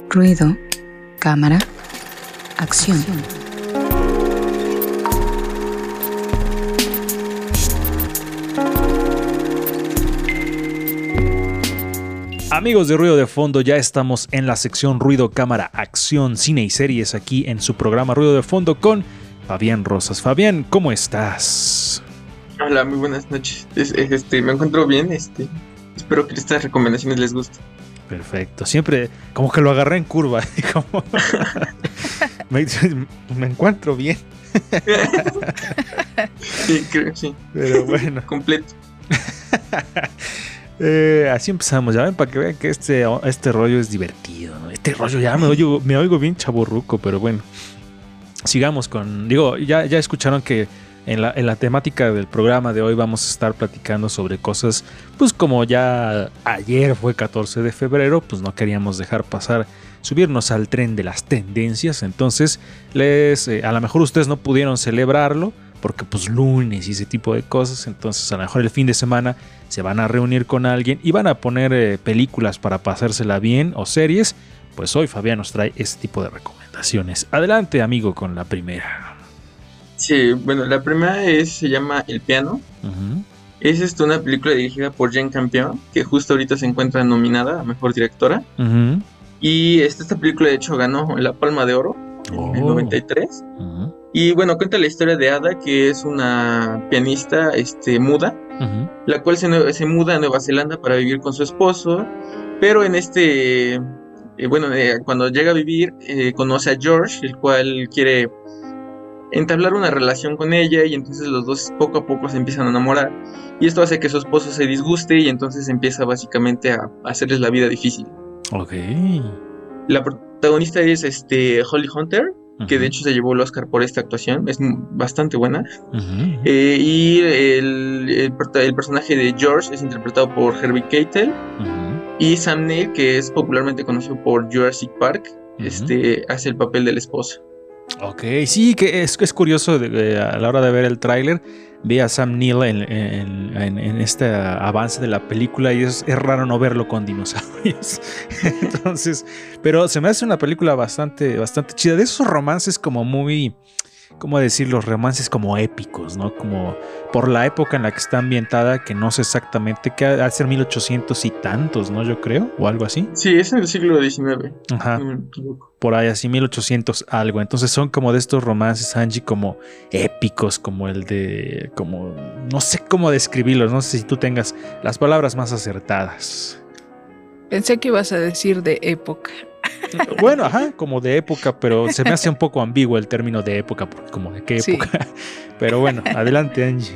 Ruido, cámara, acción. Amigos de Ruido de Fondo, ya estamos en la sección Ruido, Cámara, Acción, Cine y Series aquí en su programa Ruido de Fondo con Fabián Rosas. Fabián, ¿cómo estás? Hola, muy buenas noches. Me encuentro bien. Espero que estas recomendaciones les gusten. Perfecto. Siempre como que lo agarré en curva. Como me encuentro bien. Sí, creo que sí. Pero bueno. Completo. Así empezamos, ya ven, para que vean que este rollo es divertido, ¿no? Este rollo ya me oigo bien chavorruco, pero bueno. Sigamos con... ya escucharon que en la temática del programa de hoy vamos a estar platicando sobre cosas, pues como ya ayer fue 14 de febrero, pues no queríamos dejar pasar, subirnos al tren de las tendencias, entonces a lo mejor ustedes no pudieron celebrarlo, porque pues lunes y ese tipo de cosas, entonces a lo mejor el fin de semana se van a reunir con alguien y van a poner películas para pasársela bien o series, pues hoy Fabián nos trae ese tipo de recomendaciones. Adelante, amigo, con la primera. Sí, bueno, la primera se llama El Piano. Uh-huh. Es una película dirigida por Jane Campion, que justo ahorita se encuentra nominada a Mejor Directora. Uh-huh. Y esta película de hecho ganó la Palma de Oro en el 93. Uh-huh. Y bueno, cuenta la historia de Ada, que es una pianista muda, uh-huh, la cual se muda a Nueva Zelanda para vivir con su esposo, pero en cuando llega a vivir, conoce a George, el cual quiere entablar una relación con ella, y entonces los dos poco a poco se empiezan a enamorar, y esto hace que su esposo se disguste, y entonces empieza básicamente a hacerles la vida difícil. Ok. La protagonista es Holly Hunter, que de hecho se llevó el Oscar por esta actuación, es bastante buena. Uh-huh. Y el personaje de George es interpretado por Harvey Keitel. Uh-huh. Y Sam Neill, que es popularmente conocido por Jurassic Park, uh-huh, hace el papel del esposo. Ok, sí, que es curioso a la hora de ver el tráiler, vi a Sam Neill en este avance de la película y es raro no verlo con dinosaurios. Entonces, pero se me hace una película bastante chida, de esos romances como muy, ¿cómo decirlo? Romances como épicos, ¿no? Como por la época en la que está ambientada, que no sé exactamente, que ha de ser 1800 y tantos, ¿no? Yo creo, o algo así. Sí, es en el siglo XIX. Ajá. No, por ahí así, 1800 algo. Entonces son como de estos romances, Angie, como épicos, como el de... como no sé cómo describirlos, no sé si tú tengas las palabras más acertadas. Pensé que ibas a decir de época. Bueno, ajá, como de época, pero se me hace un poco ambiguo el término de época, porque como de qué época. Sí. Pero bueno, adelante, Angie.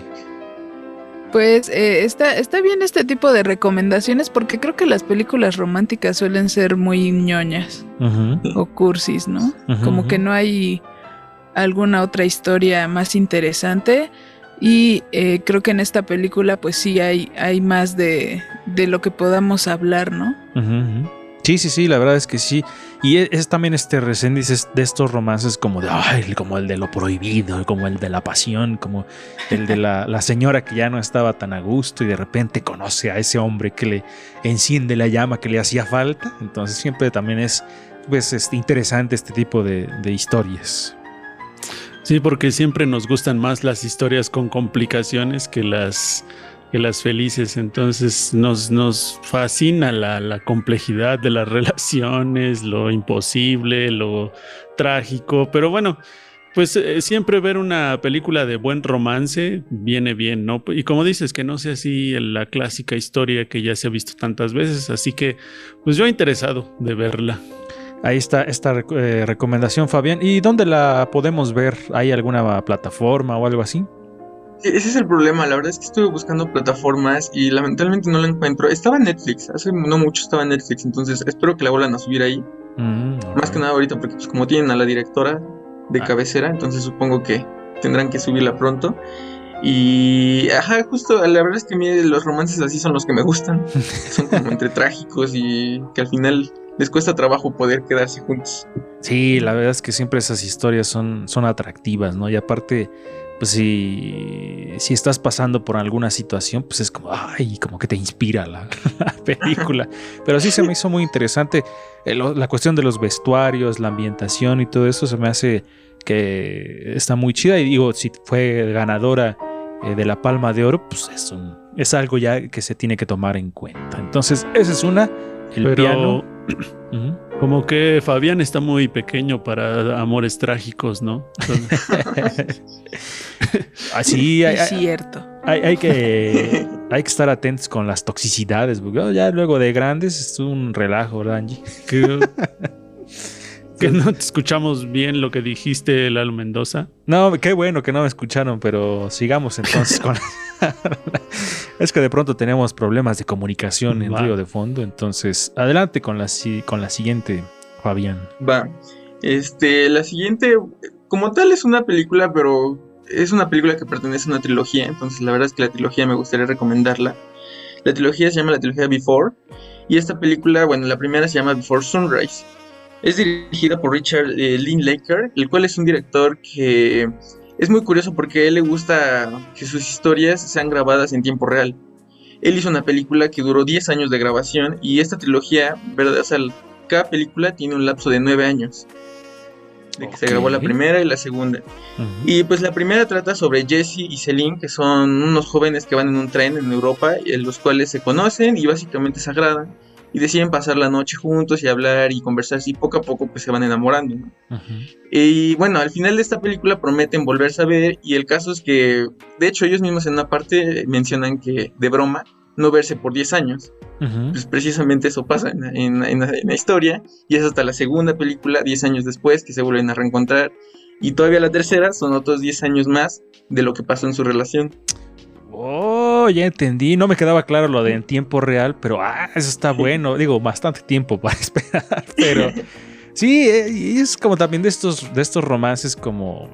Pues está bien este tipo de recomendaciones, porque creo que las películas románticas suelen ser muy ñoñas, uh-huh, o cursis, ¿no? Uh-huh. Como que no hay alguna otra historia más interesante, y creo que en esta película pues sí hay más de lo que podamos hablar, ¿no? Uh-huh. Sí, la verdad es que sí. Y es también Reséndiz de estos romances como el de lo prohibido, como el de la pasión, como el de la señora que ya no estaba tan a gusto y de repente conoce a ese hombre que le enciende la llama que le hacía falta. Entonces siempre también es interesante este tipo de historias. Sí, porque siempre nos gustan más las historias con complicaciones que las felices, entonces nos fascina la complejidad de las relaciones, lo imposible, lo trágico, pero bueno, pues siempre ver una película de buen romance viene bien, ¿no? Y como dices, que no sea así la clásica historia que ya se ha visto tantas veces, así que pues yo interesado de verla. Ahí está esta recomendación, Fabián. ¿Y dónde la podemos ver? ¿Hay alguna plataforma o algo así? Ese es el problema, la verdad es que estuve buscando plataformas y lamentablemente no la encuentro. Estaba en Netflix, hace no mucho estaba en Netflix, entonces espero que la vuelvan a subir ahí. Okay. Más que nada ahorita porque pues como tienen a la directora de cabecera, entonces supongo que tendrán que subirla pronto. Y justo, la verdad es que a mí los romances así son los que me gustan. Son como entre trágicos y que al final les cuesta trabajo poder quedarse juntos. Sí, la verdad es que siempre esas historias son atractivas, ¿no? Y aparte, pues si estás pasando por alguna situación, pues es como, ay, como que te inspira la película. Pero sí se me hizo muy interesante la cuestión de los vestuarios, la ambientación y todo eso se me hace que está muy chida. Y digo, si fue ganadora de la Palma de Oro, pues es algo ya que se tiene que tomar en cuenta. Entonces, esa es una, el piano. Como que Fabián está muy pequeño para amores trágicos, ¿no? Así es cierto. Hay que estar atentos con las toxicidades, porque ya luego de grandes es un relajo, ¿verdad, Angie? Que no te escuchamos bien lo que dijiste, Lalo Mendoza. No, qué bueno que no me escucharon, pero sigamos entonces con... Es que de pronto tenemos problemas de comunicación en ruido de fondo, entonces adelante con la siguiente, Fabián. Va. La siguiente, como tal, es una película, pero es una película que pertenece a una trilogía, entonces la verdad es que la trilogía me gustaría recomendarla. La trilogía se llama la trilogía Before, y esta película, bueno, la primera se llama Before Sunrise. Es dirigida por Richard Linklater, el cual es un director que es muy curioso porque a él le gusta que sus historias sean grabadas en tiempo real. Él hizo una película que duró 10 años de grabación y esta trilogía, ¿verdad? O sea, cada película tiene un lapso de 9 años. De que se grabó la primera y la segunda. Y pues la primera trata sobre Jesse y Celine, que son unos jóvenes que van en un tren en Europa, en los cuales se conocen y básicamente se agradan. Y deciden pasar la noche juntos y hablar y conversar, y poco a poco pues se van enamorando, ¿no? Y bueno, al final de esta película prometen volverse a ver, y el caso es que, de hecho, ellos mismos en una parte mencionan que, de broma, no verse por 10 años. Pues precisamente eso pasa en la historia, y es hasta la segunda película, 10 años después, que se vuelven a reencontrar, y todavía la tercera son otros 10 años más de lo que pasó en su relación. Oh, ya entendí. No me quedaba claro lo de en tiempo real, pero eso está bueno. Digo, bastante tiempo para esperar, pero sí, y es como también de estos romances como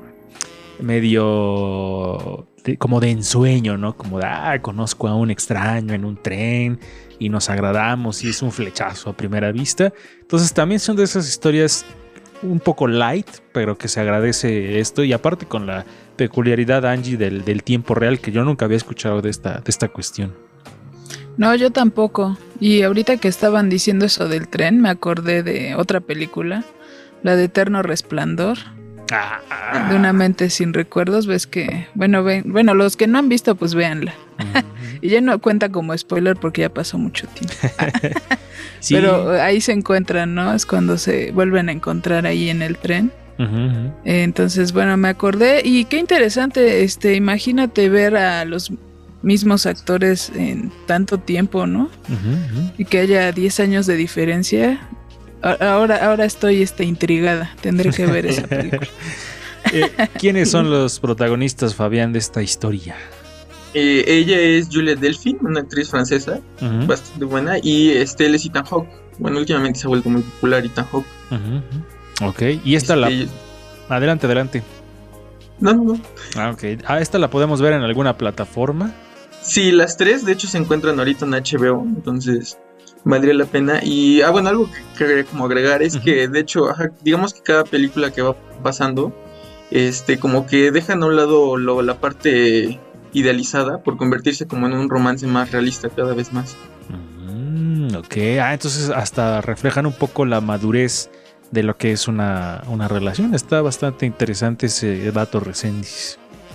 medio como de ensueño, ¿no? Como de, conozco a un extraño en un tren y nos agradamos y es un flechazo a primera vista. Entonces también son de esas historias un poco light, pero que se agradece esto, y aparte con la peculiaridad, Angie, del tiempo real, que yo nunca había escuchado de esta cuestión. No, yo tampoco. Y ahorita que estaban diciendo eso del tren, me acordé de otra película, la de Eterno Resplandor. De una mente sin recuerdos. Ves que, bueno, los que no han visto, pues véanla. Y ya no cuenta como spoiler porque ya pasó mucho tiempo. Sí. Pero ahí se encuentran, ¿no? Es cuando se vuelven a encontrar ahí en el tren. Entonces, bueno, me acordé. Y qué interesante, imagínate ver a los mismos actores en tanto tiempo, ¿no? Y que haya 10 años de diferencia. Ahora estoy intrigada. Tendré que ver esa película. ¿Quiénes son los protagonistas, Fabián, de esta historia? Ella es Juliette Delpy, una actriz francesa, bastante buena. Y él es Ethan Hawke. Bueno, últimamente se ha vuelto muy popular Ethan Hawke. Ok, y esta Adelante. No. Ok. ¿Esta la podemos ver en alguna plataforma? Sí, las tres, de hecho, se encuentran ahorita en HBO, entonces valdría la pena. Y, bueno, algo que quería como agregar es que, de hecho, digamos que cada película que va pasando, como que dejan a un lado la parte idealizada por convertirse como en un romance más realista cada vez más. Ok, entonces hasta reflejan un poco la madurez de lo que es una relación. Está bastante interesante ese dato, Reséndiz.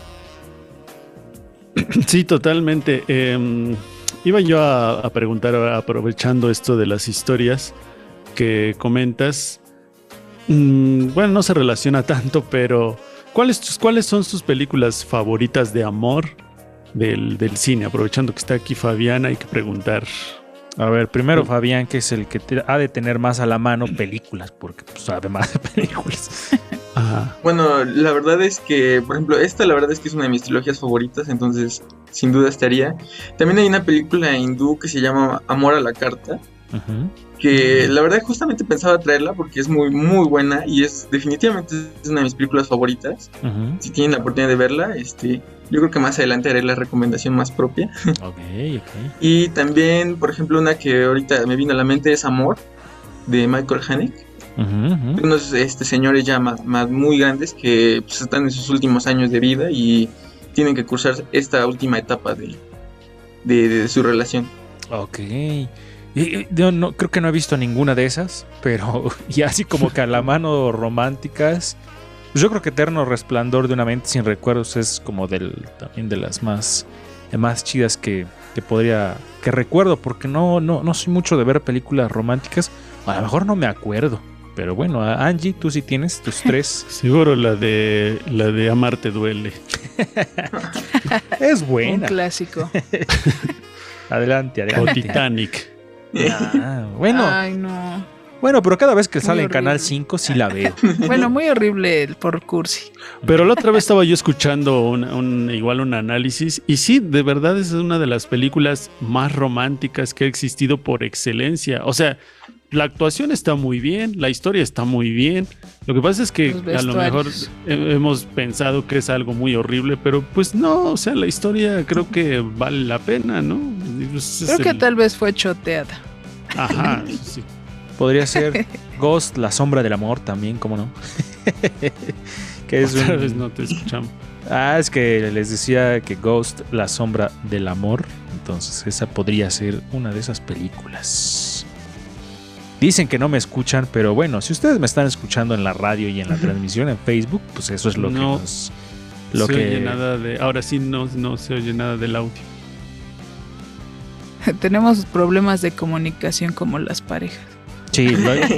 Sí, totalmente. Iba yo a preguntar, aprovechando esto de las historias que comentas. Bueno, no se relaciona tanto, pero ¿cuáles son sus películas favoritas de amor del cine? Aprovechando que está aquí Fabián, hay que preguntar. A ver, primero Fabián, que es el que ha de tener más a la mano películas, porque pues, sabe más de películas. Bueno, la verdad es que, por ejemplo, la verdad es que es una de mis trilogías favoritas, entonces sin duda estaría. También hay una película hindú que se llama Amor a la Carta, que la verdad justamente pensaba traerla porque es muy, muy buena y definitivamente es una de mis películas favoritas. Si tienen la oportunidad de verla, yo creo que más adelante haré la recomendación más propia. Okay. Y también, por ejemplo, una que ahorita me vino a la mente es Amor, de Michael Haneke. Unos señores ya más muy grandes que pues, están en sus últimos años de vida y tienen que cursar esta última etapa de su relación. Ok. Yo no, creo que no he visto ninguna de esas, pero y así como que a la mano románticas. Yo creo que Eterno Resplandor de una mente sin recuerdos es como también de las más chidas que recuerdo, porque no soy mucho de ver películas románticas. A lo mejor no me acuerdo. Pero bueno, Angie, tú sí tienes tus 3. Seguro la de Amarte duele. Es buena. Un clásico. Adelante. O Titanic. Bueno. Ay, no. Bueno, pero cada vez que sale en horrible. Canal 5 sí la veo. Bueno, muy horrible por cursi. Pero la otra vez estaba yo escuchando igual un análisis y sí, de verdad es una de las películas más románticas que ha existido por excelencia. O sea, la actuación está muy bien, la historia está muy bien. Lo que pasa es que a lo mejor hemos pensado que es algo muy horrible, pero pues no, o sea, la historia creo que vale la pena, ¿no? Creo que tal vez fue choteada. Ajá, sí. Podría ser Ghost, la sombra del amor también, ¿cómo no? Que es Otra vez no te escuchamos. Es que les decía que Ghost, la sombra del amor. Entonces esa podría ser una de esas películas. Dicen que no me escuchan, pero bueno, si ustedes me están escuchando en la radio y en la transmisión en Facebook, pues eso es lo que nos... Oye nada ahora sí no se oye nada del audio. Tenemos problemas de comunicación como las parejas. Sí,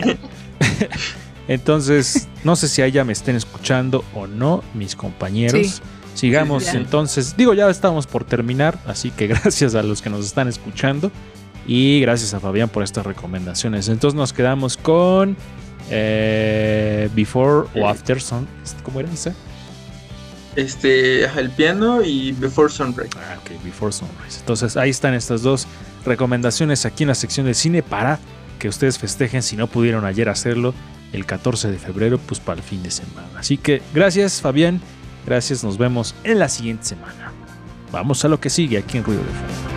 entonces, no sé si allá me estén escuchando o no, mis compañeros. Sí. Sigamos Ya. entonces. Ya estamos por terminar, así que gracias a los que nos están escuchando y gracias a Fabián por estas recomendaciones. Entonces nos quedamos con Before o After Sun. ¿Cómo era esa? El piano y Before Sunrise. Ok, Before Sunrise. Entonces ahí están estas dos recomendaciones aquí en la sección de cine para que ustedes festejen, si no pudieron ayer hacerlo, el 14 de febrero, pues para el fin de semana. Así que gracias, Fabián. Gracias, nos vemos en la siguiente semana. Vamos a lo que sigue aquí en Ruido de Fondo.